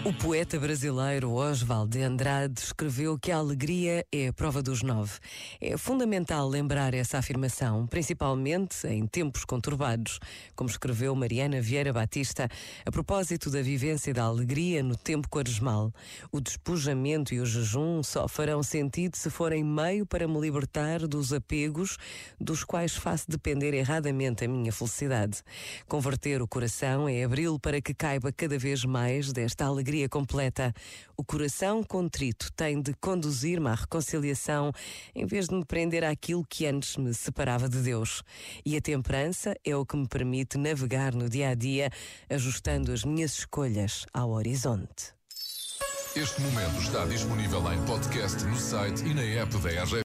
O poeta brasileiro Oswald de Andrade escreveu que a alegria é a prova dos 9. É fundamental lembrar essa afirmação, principalmente em tempos conturbados, como escreveu Mariana Vieira Batista, a propósito da vivência da alegria no tempo quaresmal. O despojamento e o jejum só farão sentido se forem meio para me libertar dos apegos dos quais faço depender erradamente a minha felicidade. Converter o coração é abri-lo para que caiba cada vez mais desta alegria completa. O coração contrito tem de conduzir-me à reconciliação em vez de me prender àquilo que antes me separava de Deus. E a temperança é o que me permite navegar no dia-a-dia, ajustando as minhas escolhas ao horizonte. Este momento está disponível em podcast no site e na app da RGP.